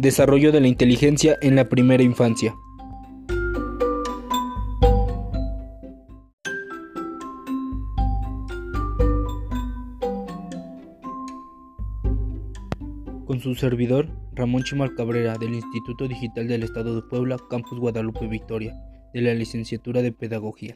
Desarrollo de la inteligencia en la primera infancia. Con su servidor, Ramón Chimal Cabrera, del Instituto Digital del Estado de Puebla, Campus Guadalupe Victoria, de la Licenciatura de Pedagogía.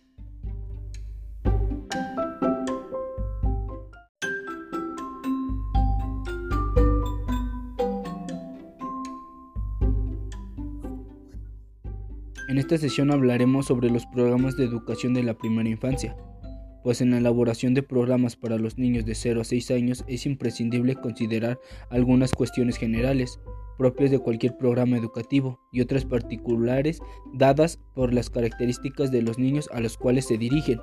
En esta sesión hablaremos sobre los programas de educación de la primera infancia, pues en la elaboración de programas para los niños de 0 a 6 años es imprescindible considerar algunas cuestiones generales, propias de cualquier programa educativo, y otras particulares dadas por las características de los niños a los cuales se dirigen.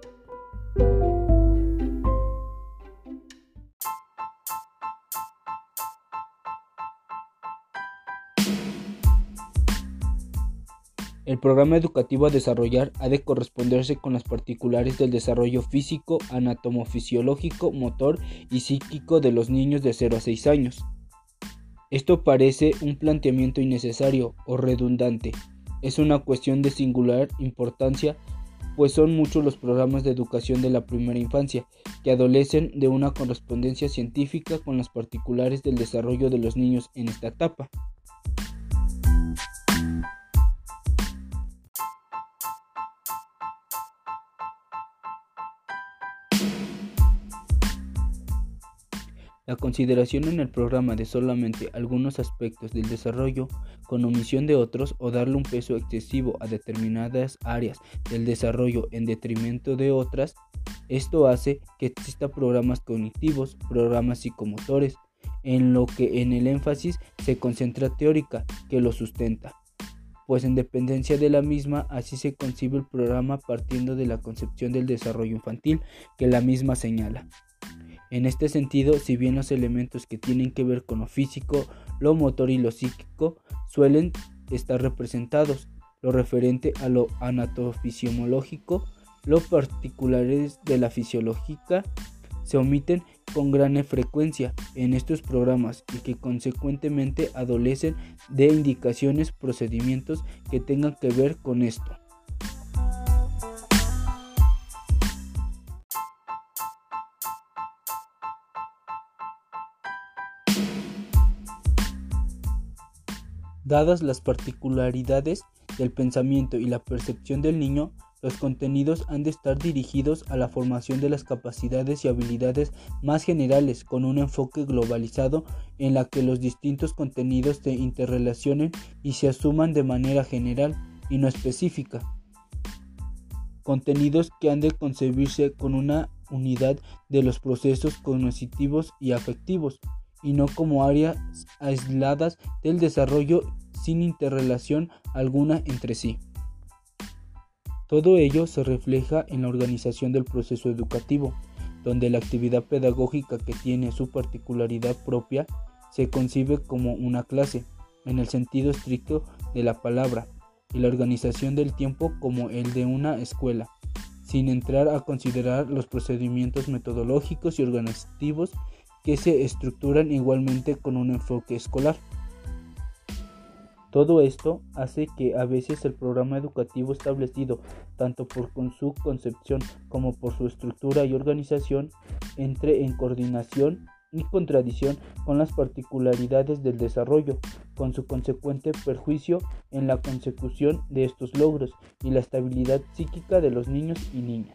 El programa educativo a desarrollar ha de corresponderse con las particulares del desarrollo físico, anatomofisiológico, motor y psíquico de los niños de 0 a 6 años. Esto parece un planteamiento innecesario o redundante. Es una cuestión de singular importancia, pues son muchos los programas de educación de la primera infancia que adolecen de una correspondencia científica con las particulares del desarrollo de los niños en esta etapa. La consideración en el programa de solamente algunos aspectos del desarrollo, con omisión de otros, o darle un peso excesivo a determinadas áreas del desarrollo en detrimento de otras, esto hace que existan programas cognitivos, programas psicomotores, en lo que en el énfasis se concentra teórica que lo sustenta, pues en dependencia de la misma, así se concibe el programa partiendo de la concepción del desarrollo infantil que la misma señala. En este sentido, si bien los elementos que tienen que ver con lo físico, lo motor y lo psíquico suelen estar representados, lo referente a lo anatomofisiológico, los particulares de la fisiológica se omiten con gran frecuencia en estos programas y que consecuentemente adolecen de indicaciones, procedimientos que tengan que ver con esto. Dadas las particularidades del pensamiento y la percepción del niño, los contenidos han de estar dirigidos a la formación de las capacidades y habilidades más generales, con un enfoque globalizado en la que los distintos contenidos se interrelacionen y se asuman de manera general y no específica. Contenidos que han de concebirse con una unidad de los procesos cognitivos y afectivos, y no como áreas aisladas del desarrollo sin interrelación alguna entre sí. Todo ello se refleja en la organización del proceso educativo, donde la actividad pedagógica, que tiene su particularidad propia, se concibe como una clase, en el sentido estricto de la palabra, y la organización del tiempo como el de una escuela, sin entrar a considerar los procedimientos metodológicos y organizativos que se estructuran igualmente con un enfoque escolar. Todo esto hace que a veces el programa educativo establecido, tanto por su concepción como por su estructura y organización, entre en coordinación y contradicción con las particularidades del desarrollo, con su consecuente perjuicio en la consecución de estos logros y la estabilidad psíquica de los niños y niñas.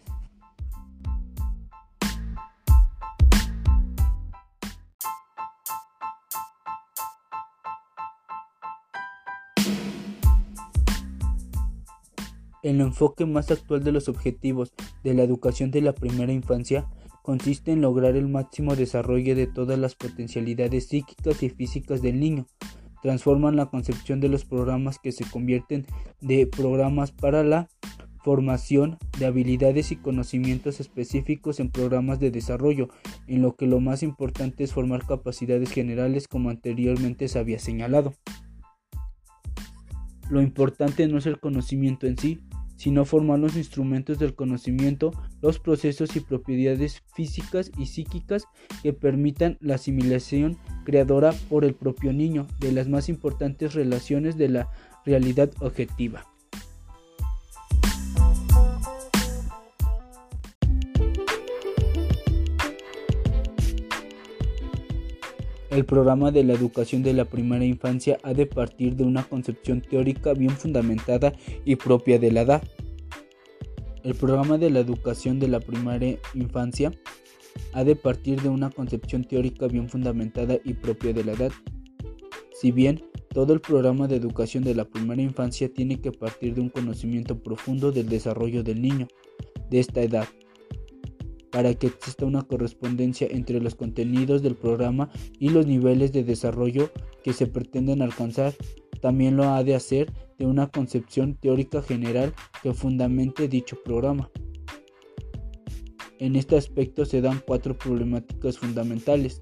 El enfoque más actual de los objetivos de la educación de la primera infancia consiste en lograr el máximo desarrollo de todas las potencialidades psíquicas y físicas del niño. Transforman la concepción de los programas que se convierten de programas para la formación de habilidades y conocimientos específicos en programas de desarrollo, en lo que lo más importante es formar capacidades generales, como anteriormente se había señalado. Lo importante no es el conocimiento en sí, sino formar los instrumentos del conocimiento, los procesos y propiedades físicas y psíquicas que permitan la asimilación creadora por el propio niño de las más importantes relaciones de la realidad objetiva. El programa de la educación de la primera infancia ha de partir de una concepción teórica bien fundamentada y propia de la edad. El programa de la educación de la primera infancia ha de partir de una concepción teórica bien fundamentada y propia de la edad. Si bien todo el programa de educación de la primera infancia tiene que partir de un conocimiento profundo del desarrollo del niño de esta edad, para que exista una correspondencia entre los contenidos del programa y los niveles de desarrollo que se pretenden alcanzar, también lo ha de hacer de una concepción teórica general que fundamente dicho programa. En este aspecto se dan 4 problemáticas fundamentales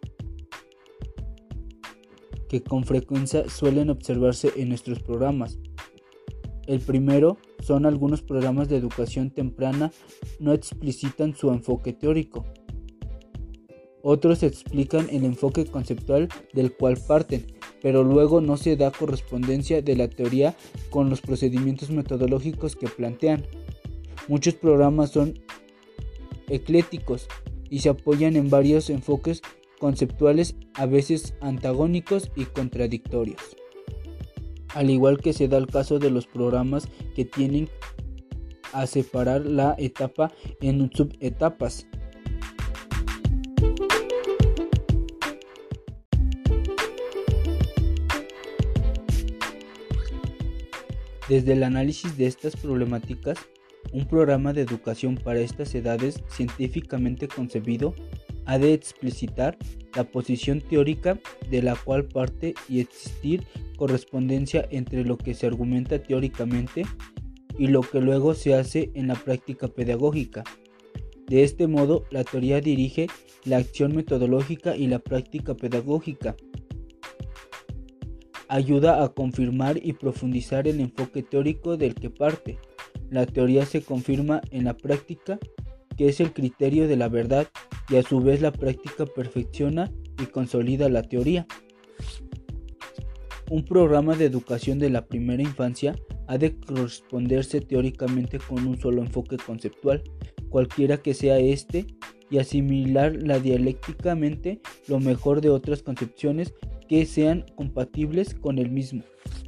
que con frecuencia suelen observarse en nuestros programas. El primero son algunos programas de educación temprana no explicitan su enfoque teórico. Otros explican el enfoque conceptual del cual parten, pero luego no se da correspondencia de la teoría con los procedimientos metodológicos que plantean. Muchos programas son eclécticos y se apoyan en varios enfoques conceptuales, a veces antagónicos y contradictorios. Al igual que se da el caso de los programas que tienden a separar la etapa en subetapas. Desde el análisis de estas problemáticas, un programa de educación para estas edades científicamente concebido ha de explicitar la posición teórica de la cual parte y existir correspondencia entre lo que se argumenta teóricamente y lo que luego se hace en la práctica pedagógica. De este modo, la teoría dirige la acción metodológica y la práctica pedagógica. Ayuda a confirmar y profundizar el enfoque teórico del que parte. La teoría se confirma en la práctica, que es el criterio de la verdad, y a su vez la práctica perfecciona y consolida la teoría. Un programa de educación de la primera infancia ha de corresponderse teóricamente con un solo enfoque conceptual, cualquiera que sea este, y asimilar dialécticamente lo mejor de otras concepciones que sean compatibles con el mismo.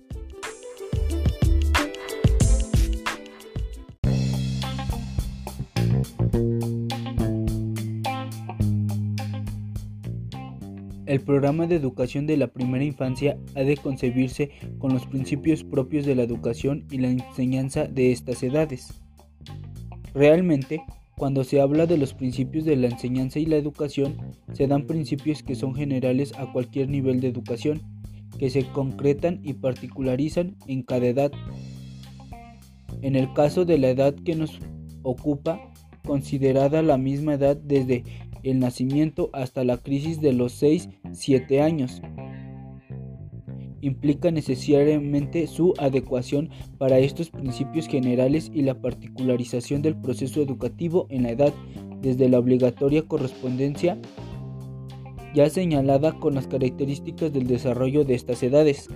El programa de educación de la primera infancia ha de concebirse con los principios propios de la educación y la enseñanza de estas edades. Realmente, cuando se habla de los principios de la enseñanza y la educación, se dan principios que son generales a cualquier nivel de educación, que se concretan y particularizan en cada edad. En el caso de la edad que nos ocupa, considerada la misma edad desde el nacimiento hasta la crisis de los 6-7 años, implica necesariamente su adecuación para estos principios generales y la particularización del proceso educativo en la edad, desde la obligatoria correspondencia ya señalada con las características del desarrollo de estas edades.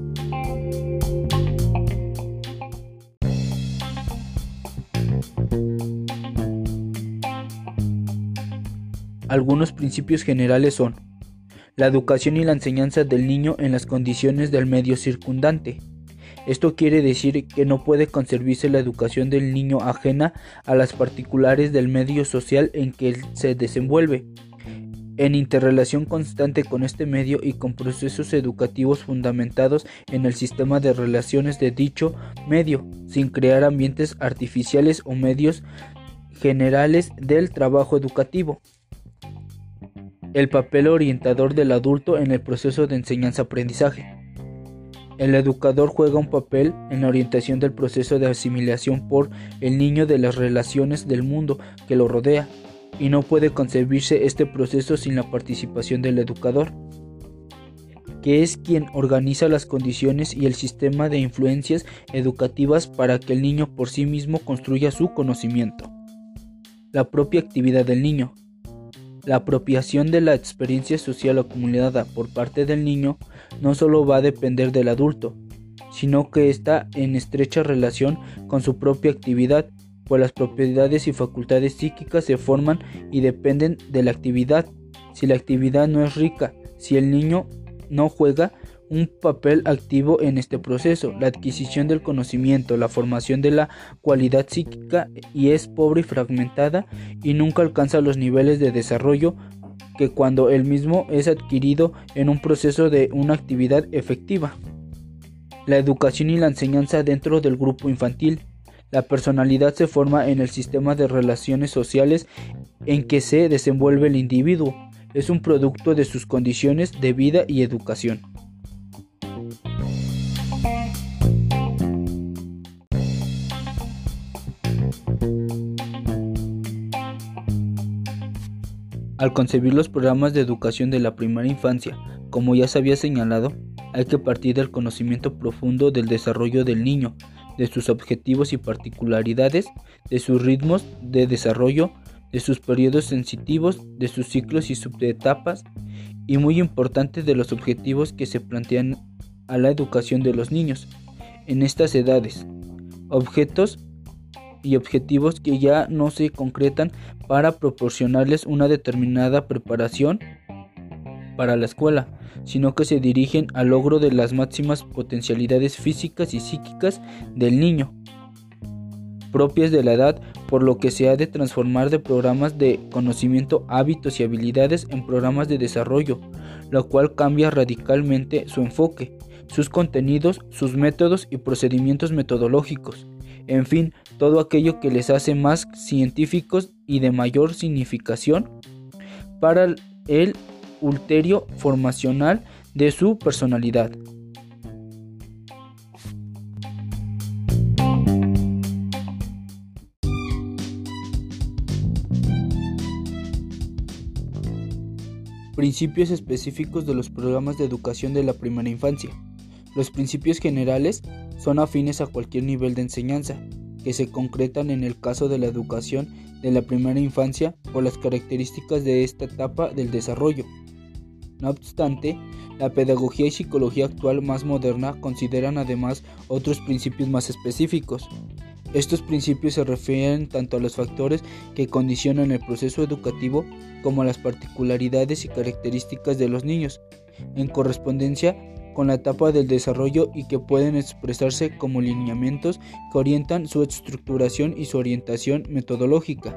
Algunos principios generales son: la educación y la enseñanza del niño en las condiciones del medio circundante. Esto quiere decir que no puede concebirse la educación del niño ajena a las particulares del medio social en que él se desenvuelve, en interrelación constante con este medio y con procesos educativos fundamentados en el sistema de relaciones de dicho medio, sin crear ambientes artificiales o medios generales del trabajo educativo. El papel orientador del adulto en el proceso de enseñanza-aprendizaje. El educador juega un papel en la orientación del proceso de asimilación por el niño de las relaciones del mundo que lo rodea, y no puede concebirse este proceso sin la participación del educador. que es quien organiza las condiciones y el sistema de influencias educativas para que el niño por sí mismo construya su conocimiento. La propia actividad del niño. La apropiación de la experiencia social acumulada por parte del niño no solo va a depender del adulto, sino que está en estrecha relación con su propia actividad, pues las propiedades y facultades psíquicas se forman y dependen de la actividad. Si la actividad no es rica, si el niño no juega un papel activo en este proceso, la adquisición del conocimiento, la formación de la cualidad psíquica y es pobre y fragmentada y nunca alcanza los niveles de desarrollo que cuando el mismo es adquirido en un proceso de una actividad efectiva. La educación y la enseñanza dentro del grupo infantil. La personalidad se forma en el sistema de relaciones sociales en que se desenvuelve el individuo. Es un producto de sus condiciones de vida y educación. Al concebir los programas de educación de la primera infancia, como ya se había señalado, hay que partir del conocimiento profundo del desarrollo del niño, de sus objetivos y particularidades, de sus ritmos de desarrollo, de sus periodos sensitivos, de sus ciclos y subetapas, y muy importante de los objetivos que se plantean a la educación de los niños en estas edades, objetos y objetivos que ya no se concretan para proporcionarles una determinada preparación para la escuela, sino que se dirigen al logro de las máximas potencialidades físicas y psíquicas del niño, propias de la edad, por lo que se ha de transformar de programas de conocimiento, hábitos y habilidades en programas de desarrollo, lo cual cambia radicalmente su enfoque, sus contenidos, sus métodos y procedimientos metodológicos, en fin, todo aquello que les hace más científicos y de mayor significación para el ulterior formacional de su personalidad. Principios específicos de los programas de educación de la primera infancia. Los principios generales son afines a cualquier nivel de enseñanza, que se concretan en el caso de la educación de la primera infancia por las características de esta etapa del desarrollo. No obstante, la pedagogía y psicología actual más moderna consideran además otros principios más específicos. Estos principios se refieren tanto a los factores que condicionan el proceso educativo como a las particularidades y características de los niños, en correspondencia con la etapa del desarrollo y que pueden expresarse como lineamientos que orientan su estructuración y su orientación metodológica.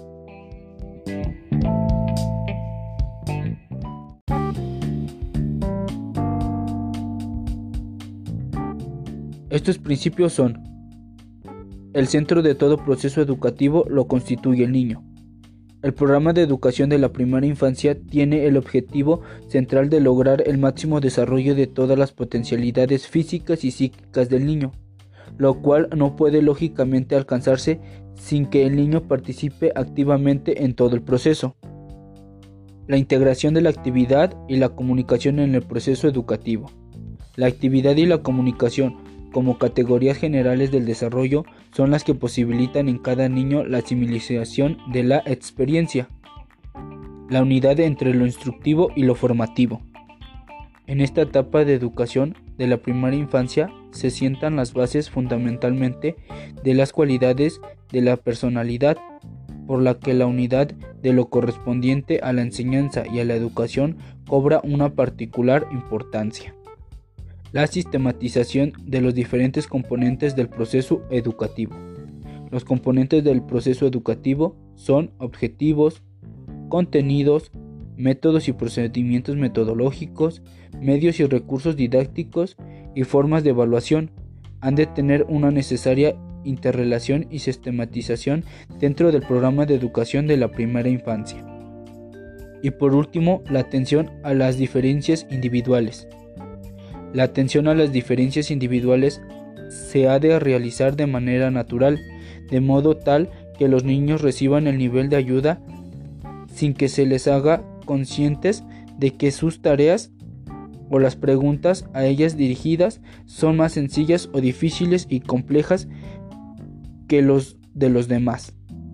Estos principios son: el centro de todo proceso educativo lo constituye el niño. El programa de educación de la primera infancia tiene el objetivo central de lograr el máximo desarrollo de todas las potencialidades físicas y psíquicas del niño, lo cual no puede lógicamente alcanzarse sin que el niño participe activamente en todo el proceso. La integración de la actividad y la comunicación en el proceso educativo. La actividad y la comunicación, como categorías generales del desarrollo, son las que posibilitan en cada niño la asimilización de la experiencia, la unidad entre lo instructivo y lo formativo. En esta etapa de educación de la primera infancia se sientan las bases fundamentalmente de las cualidades de la personalidad, por la que la unidad de lo correspondiente a la enseñanza y a la educación cobra una particular importancia. La sistematización de los diferentes componentes del proceso educativo. Los componentes del proceso educativo son objetivos, contenidos, métodos y procedimientos metodológicos, medios y recursos didácticos y formas de evaluación. Han de tener una necesaria interrelación y sistematización dentro del programa de educación de la primera infancia. Y por último, la atención a las diferencias individuales. La atención a las diferencias individuales se ha de realizar de manera natural, de modo tal que los niños reciban el nivel de ayuda sin que se les haga conscientes de que sus tareas o las preguntas a ellas dirigidas son más sencillas o difíciles y complejas que los de los demás.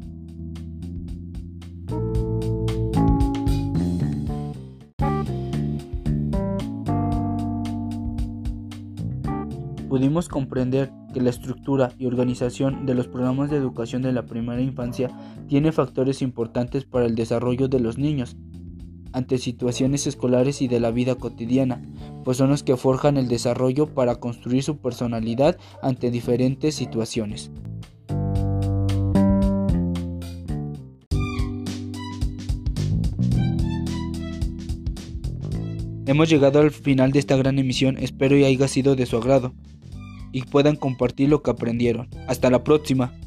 Pudimos comprender que la estructura y organización de los programas de educación de la primera infancia tiene factores importantes para el desarrollo de los niños ante situaciones escolares y de la vida cotidiana, pues son los que forjan el desarrollo para construir su personalidad ante diferentes situaciones. Hemos llegado al final de esta gran emisión, espero y haya sido de su agrado y puedan compartir lo que aprendieron. Hasta la próxima.